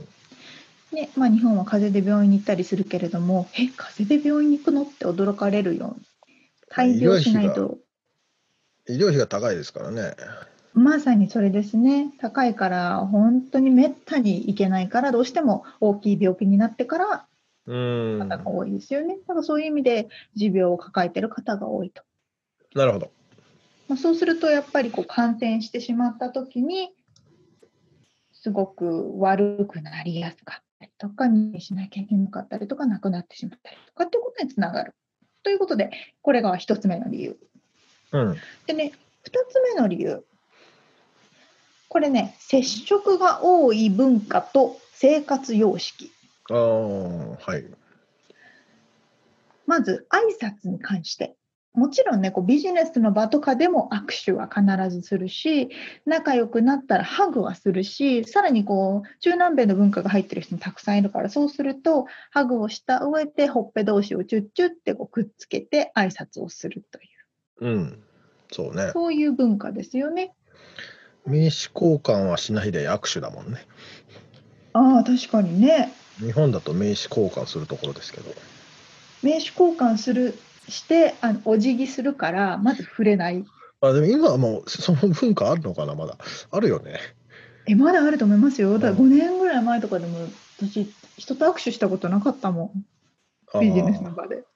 で、日本は風邪で病院に行ったりするけれども、風邪で病院に行くのって驚かれるように、大病しないと。 医療費が高いですからね。 まさにそれですね。高いから、本当にめったに行けないから、どうしても大きい病気になってから方が多いですよね。だからそういう意味で持病を抱えている方が多いと。 なるほど。 そうするとやっぱり感染してしまった時にすごく悪くなりやすかったりとか、入院しなきゃいけなかったりとか、亡くなってしまったりとかっていうことにつながる。ということで、これが1つ目の理由。でね、2つ目の理由。これね、接触が多い文化と生活様式。 はい。 まず、挨拶に関して。もちろんね、ビジネスの場とかでも握手は必ずするし、仲良くなったらハグはするし、さらに中南米の文化が入ってる人もたくさんいるから、そうすると、ハグをした上で、ほっぺ同士をチュッチュってくっつけて挨拶をするという。 そうね。 そういう文化ですよね。 名刺交換はしないで握手だもんね。 確かにね。 日本だと名刺交換するところですけど。 名刺交換してお辞儀するから、まず触れない。 でも今はもうその文化あるのかな、まだ。あるよね。 まだあると思いますよ。だから5年ぐらい前とかでも、私、人と握手したことなかったもん。ビジネスの場で。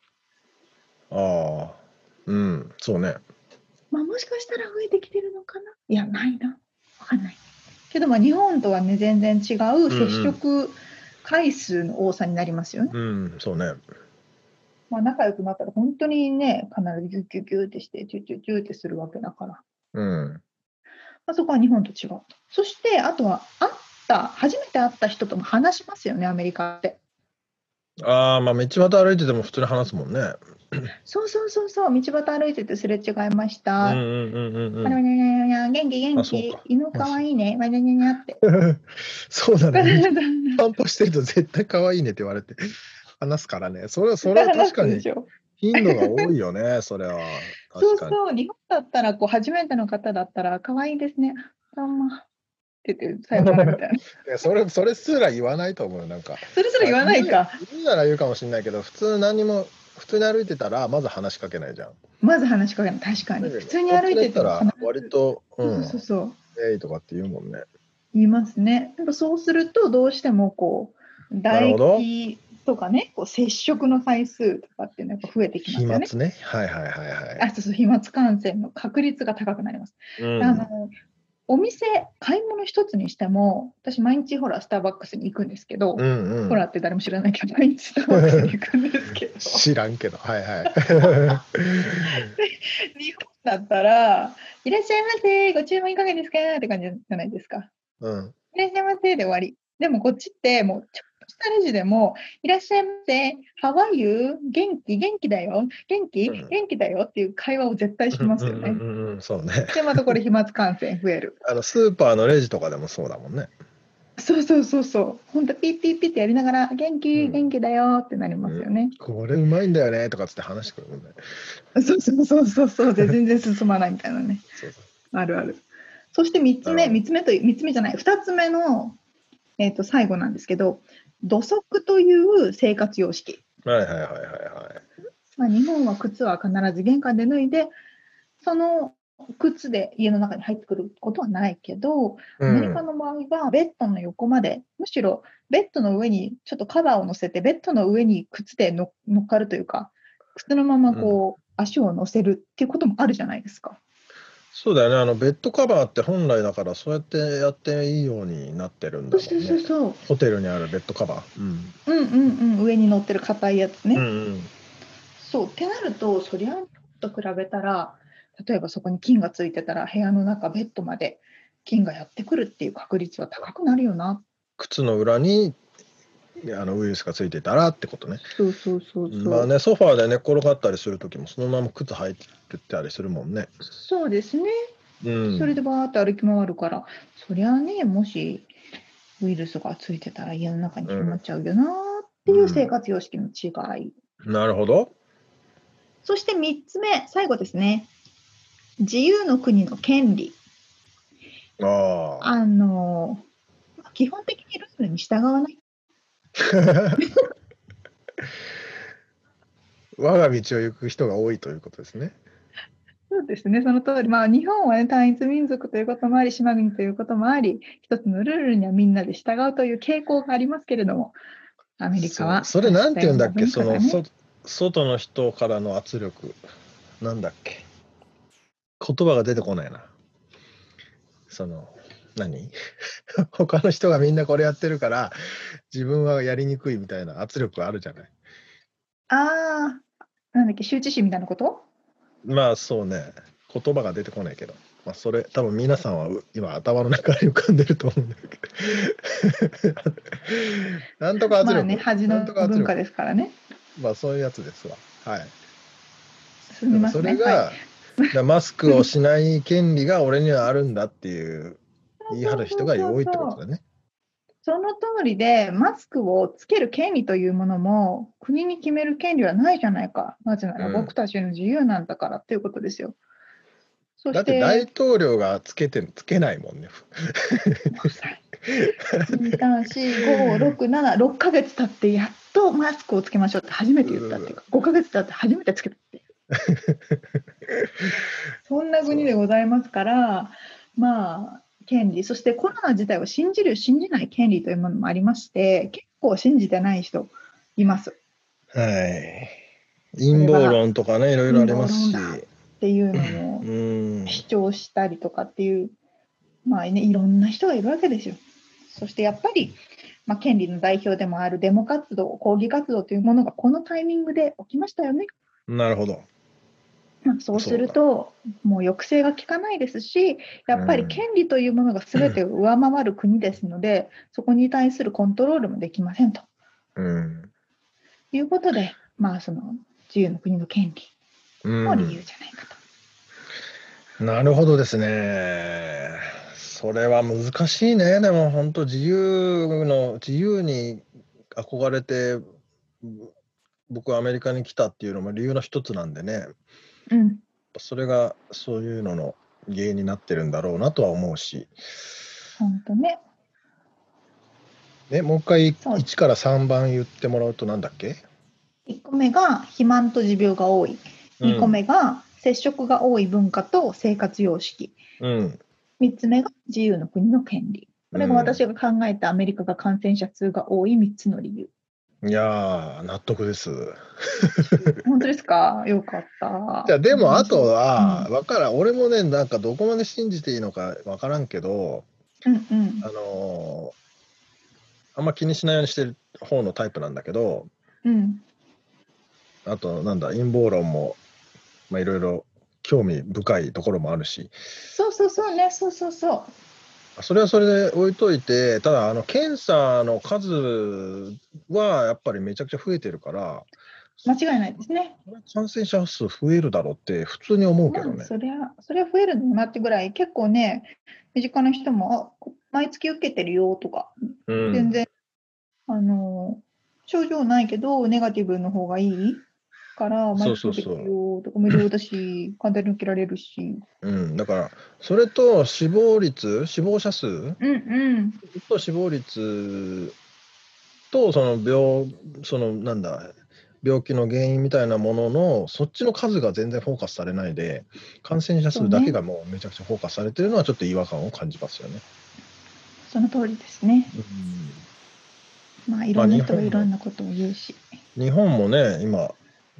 そうね。 もしかしたら増えてきてるのかな。いや、ないな。わかんない。けど、日本とはね、全然違う接触回数の多さになりますよね。 そうね。 仲良くなったら本当にね、必ずギュッギュッギュッってして、チュッチュッチュッってするわけだから。そこは日本と違う。そして、あとは初めて会った人とも話しますよね、アメリカって。 道端歩いてても普通に話すもんね。 そう、道端歩いててすれ違いました。元気元気、犬かわいいね、わにゃにゃにゃって。 そうだね。散歩してると絶対かわいいねって言われて話すからね。それは確かに頻度が多いよね、それは。 そう、日本だったら初めての方だったら、かわいいですね。どうも。って言って、さよならみたいな。 それすら言わないと思う、なんか。 それすら言わないか。 言うなら言うかもしれないけど、普通に歩いてたら、まず話しかけないじゃん。 まず話しかけない。確かに。普通に歩いてたら、 割と、 そう。 とかって言うもんね。 言いますね。やっぱそうすると、どうしても唾液とかね、接触の回数とかっていうのはやっぱ増えてきますよね。 飛沫ね。はい。 飛沫感染の確率が高くなります。お店、買い物一つにしても、私毎日スターバックスに行くんですけど、ほらって誰も知らないけど、毎日スターバックスに行くんですけど。 知らんけど、はい。 日本だったら、いらっしゃいませ、ご注文いかがですかって感じじゃないですか。いらっしゃいませで終わり。でもこっちって、もうちょっとしたレジでも、いらっしゃいませ、How are you? 元気だよ。元気だよっていう会話を絶対しますよね。 そうね。 で、またこれ飛沫感染増える。 スーパーのレジとかでもそうだもんね。 そう。本当ピッピッピってやりながら、元気だよってなりますよね。 これうまいんだよねとかつって話してくるもんね。 そうで全然進まないみたいなね。ある。そして2つ目の、最後なんですけど、土足という生活様式。 はい。 日本は靴は必ず玄関で脱いで、その靴で家の中に入ってくることはないけど、アメリカの場合はベッドの横まで、むしろベッドの上にちょっとカバーを乗せて、ベッドの上に靴で乗っかるというか、靴のまま足を乗せるっていうこともあるじゃないですか。 そうだよね。ベッドカバーって本来だからそうやってやっていいようになってるんだもんね。 そう。 ホテルにあるベッドカバー。 上に乗ってる硬いやつね。そうってなると、そりゃと比べたら、例えばそこに菌がついてたら、部屋の中ベッドまで菌がやってくるっていう確率は高くなるよな。 靴の裏にウイルスがついてたらってことね。 そう。 まあね、ソファーで寝転がったりするときもそのまま靴履いてたりするもんね。 そうですね。それでバーって歩き回るから、そりゃね、もしウイルスがついてたら家の中に広まっちゃうよなっていう生活様式の違い。 なるほど。 そして3つ目、最後ですね。自由の国の権利。基本的にルールに従わない。 我が道を行く人が多いということですね。 そうですね、その通り。日本はね、単一民族ということもあり、島国ということもあり、一つのルールにはみんなで従うという傾向がありますけれども、アメリカはそれなんて言うんだっけ、 ね、 外の人からの圧力、なんだっけ、言葉が出てこないな。何他の人がみんなこれやってるから自分はやりにくいみたいな圧力あるじゃない。 なんだっけ、羞恥心みたいなこと？ まあそうね、言葉が出てこないけど、それ多分皆さんは今頭の中に浮かんでると思うんだけどなんとか圧力、 恥の文化ですからね。 そういうやつですわ。はい。 すみません。 それが、マスクをしない権利が俺にはあるんだっていう言い張る人が多いってことだね。 その通りで、マスクをつける権利というものも国に決める権利はないじゃないか。なぜなら僕たちの自由なんだからっていうことですよ。そしてだって大統領がつけないもんね。 2、3、4、5、6、7、6ヶ月経ってやっとマスクをつけましょうって初めて言ったっていうか、5ヶ月経って初めてつけたっていう。そんな国でございますから、権利、そしてコロナ自体を信じる、信じない権利というものもありまして、結構信じてない人います。 はい。陰謀論とかね、いろいろありますし。 っていうのも主張したりとかっていう、いろんな人がいるわけですよ。そしてやっぱり、権利の代表でもあるデモ活動、抗議活動というものがこのタイミングで起きましたよね。 なるほど。 そうするともう抑制が効かないですし、やっぱり権利というものが全てを上回る国ですので、そこに対するコントロールもできませんと、いうことで、その自由の国の権利の理由じゃないかと。なるほどですね。それは難しいね。でも本当自由に憧れて僕はアメリカに来たっていうのも理由の一つなんでね。それがそういうのの原因になってるんだろうなとは思うし。 本当ね。 もう一回1から3番言ってもらうと何だっけ ？1個目が肥満と持病が多い。2個目が接触が多い文化と生活様式。3つ目が自由の国の権利。これが私が考えたアメリカが感染者数が多い3つの理由。 いやー、納得です。 本当ですか？よかった。 でもあとは分からん。俺もね、なんかどこまで信じていいのか分からんけど、あんま気にしないようにしてる方のタイプなんだけど、あと陰謀論もいろいろ興味深いところもあるし。 そうね、そう。 それはそれで置いといて、ただ検査の数はやっぱりめちゃくちゃ増えてるから、 間違いないですね。 感染者数増えるだろうって普通に思うけどね。 それは増えるのなってぐらい、結構ね、身近な人も、毎月受けてるよとか、全然、症状ないけど、ネガティブの方がいいから、毎月受けてるよとか、無料だし、簡単に受けられるし。 だから、それと死亡者数、と死亡率と、病気の原因みたいなものの、そっちの数が全然フォーカスされないで、感染者数だけがもうめちゃくちゃフォーカスされてるのは、ちょっと違和感を感じますよね。 その通りですね。いろんな人がいろんなことを言うし。 日本もね、今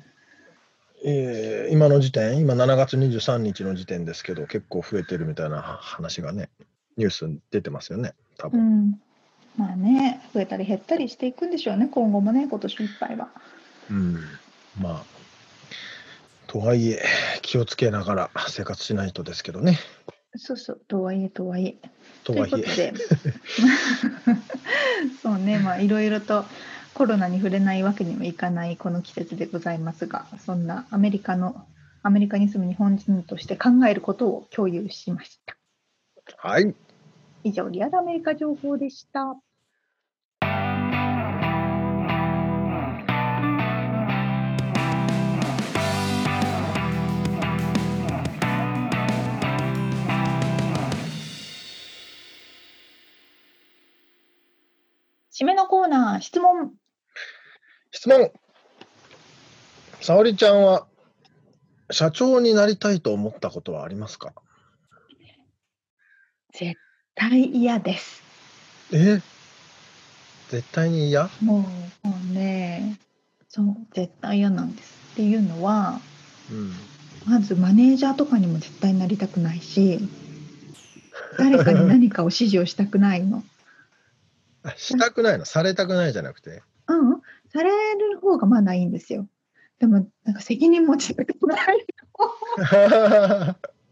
の時点、今7月23日の時点ですけど、結構増えてるみたいな話がね、ニュースに出てますよね、多分。 まあね、増えたり減ったりしていくんでしょうね、今後もね、今年いっぱいは。 まあ、とはいえ、気をつけながら生活しないとですけどね。 そうそう、とはいえ。ということで、そうね、いろいろとコロナに触れないわけにもいかないこの季節でございますが、そんなアメリカに住む日本人として考えることを共有しました。 はい。 以上、リアルアメリカ情報でした。締めのコーナー、質問。 沙織ちゃんは社長になりたいと思ったことはありますか？ 絶対嫌です。 絶対に嫌？ もうね、そう、絶対嫌なんです。っていうのは、まずマネージャーとかにも絶対なりたくないし、誰かに何かを指示をしたくないの。 したくないの？されたくないじゃなくて？ される方がまだいいんですよ。でもなんか責任持ちたくないの。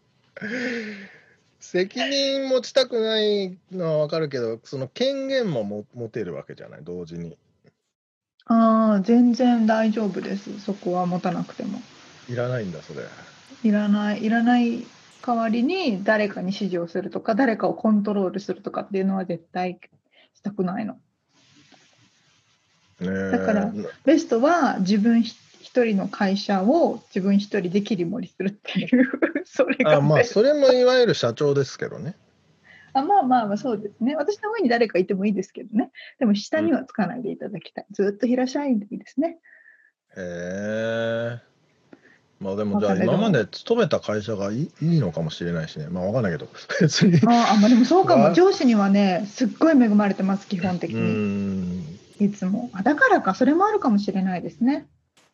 責任持ちたくないのはわかるけど、その権限も持てるわけじゃない、同時に。 全然大丈夫です。そこは持たなくても。 いらないんだ、それ。 いらない代わりに誰かに指示をするとか、誰かをコントロールするとかっていうのは絶対したくないの。だからベストは自分一人の会社を自分一人で切り盛りするっていうそれがそれもいわゆる社長ですけどね。 そうですね。私の上に誰かいてもいいですけどね。でも下にはつかないでいただきたい。ずっと平社員でいいですね。 でもじゃあ今まで勤めた会社がいいのかもしれないしね。わかんないけど別に。 でもそうかも。上司にはね、すっごい恵まれてます、基本的に。いつも。だからか、それもあるかもしれないですね。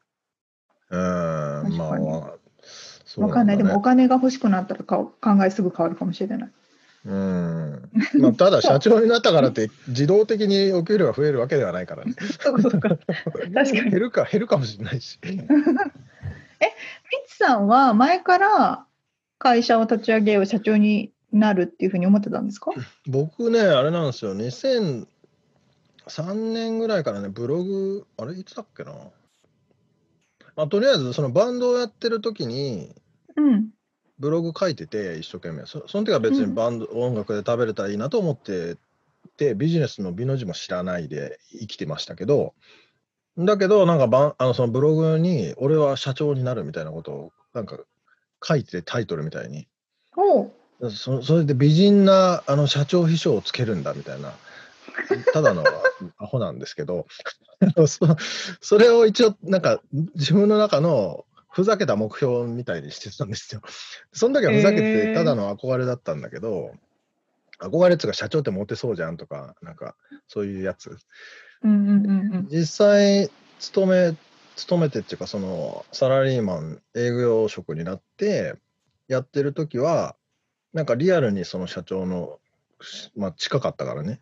わかんない。でもお金が欲しくなったら考えすぐ変わるかもしれない。 ただ社長になったからって自動的にお給料が増えるわけではないからね。 確かに。 減るかもしれないし。 ミツさんは前から会社を立ち上げよう、社長になるっていうふうに思ってたんですか？ 僕ね、あれなんですよ。2003年ぐらいからね、ブログ、いつだっけな。とりあえずそのバンドをやってる時に、ブログ書いてて一生懸命。その時は別に音楽で食べれたらいいなと思ってて、ビジネスの美の字も知らないで生きてましたけど、だけどなんかそのブログに俺は社長になるみたいなことをなんか書いて、タイトルみたいに。それで美人な社長秘書をつけるんだみたいな、ただのアホなんですけどそれを一応なんか自分の中のふざけた目標みたいにしてたんですよ。その時はふざけてただの憧れだったんだけど、憧れっていうか社長ってモテそうじゃんとか、なんかそういうやつ。実際勤めてっていうか、そのサラリーマン営業職になってやってる時はなんかリアルにその社長の近かったからね、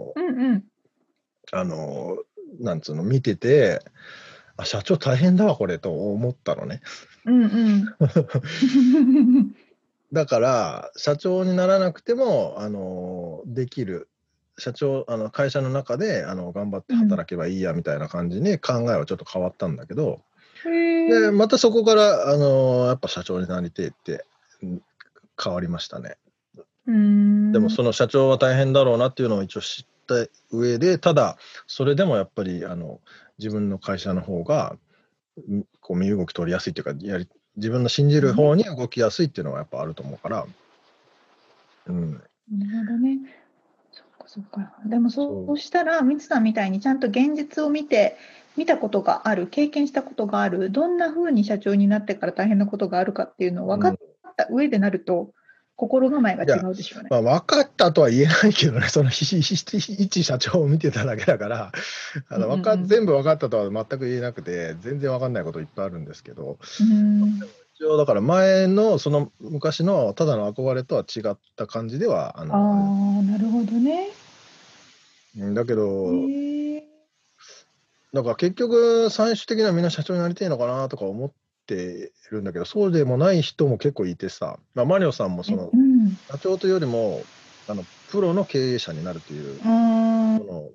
なんつうの見てて、社長大変だわこれと思ったのね。 だから社長にならなくてもできる社長会社の中で頑張って働けばいいやみたいな感じに考えはちょっと変わったんだけど、でまたそこからやっぱ社長になりてえって変わりましたね。でもその社長は大変だろうなっていうのを一応知った上で、ただそれでもやっぱり自分の会社の方がこう身動き取りやすいっていうか自分の信じる方に動きやすいっていうのはやっぱあると思うから。 なるほどね。そっか。でもそうしたらミツさんみたいにちゃんと現実を見たことがある、経験したことがある、どんな風に社長になってから大変なことがあるかっていうのを分かった上でなると、心構えが違うでしょうね。 分かったとは言えないけどね、その一社長を見てただけだから全部分かったとは全く言えなくて、全然分かんないこといっぱいあるんですけど、一応だから前のその昔のただの憧れとは違った感じではなるほどね。 だけどだから結局最終的にはみんな社長になりたいのかなとか思ってるんだけど、そうでもない人も結構いてさ、マリオさんもその社長というよりもプロの経営者になるというを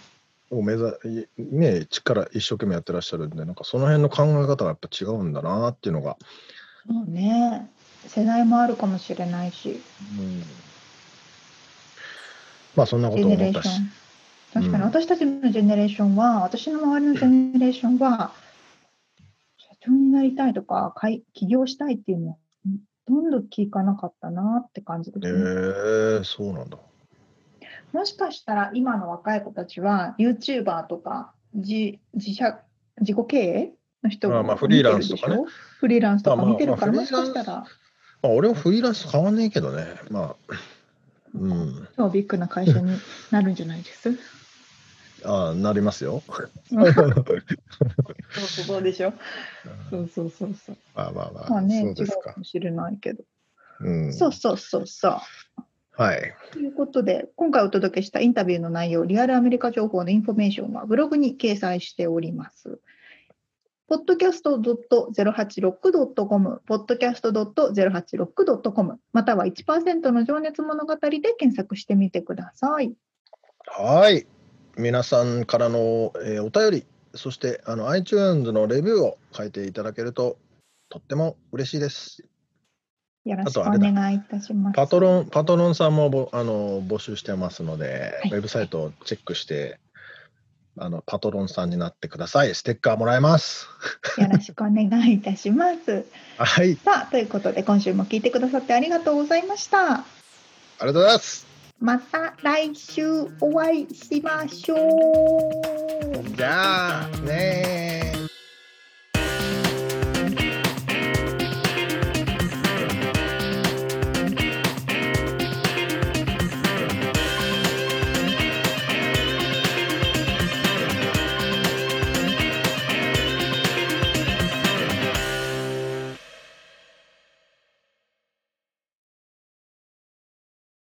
力一生懸命やってらっしゃるんで、なんかその辺の考え方がやっぱ違うんだなっていうのが。 そうね、世代もあるかもしれないし、 まあそんなことを思ったし、 確かに私たちのジェネレーションは、私の周りのジェネレーションは社長になりたいとか起業したいっていうのはほとんど聞かなかったなって感じですね。 そうなんだ。 もしかしたら今の若い子たちは YouTuber とか自己経営の人がフリーランスとかね。 フリーランスとか見てるから、もしかしたら。 俺もフリーランス変わんねえけどね。 超ビッグな会社になるんじゃないですなりますよ。 そうでしょ。そう。まあね、違うかもしれないけど。そう。 はい。 ということで、今回お届けしたインタビューの内容、リアルアメリカ情報のインフォメーションはブログに掲載しております。podcast.086.com、podcast.086.com、または 1% の情熱物語で検索してみてください。 はい。皆さんからの、お便り、そしてiTunes のレビューを書いていただけるととっても嬉しいです。 よろしくお願いいたします。 パトロンさんも募集してますので、ウェブサイトをチェックしてパトロンさんになってください。ステッカーもらえます。 よろしくお願いいたします。 はい。 さあ、ということで今週も聞いてくださってありがとうございました。 ありがとうございます。 また来週お会いしましょう。 じゃあね。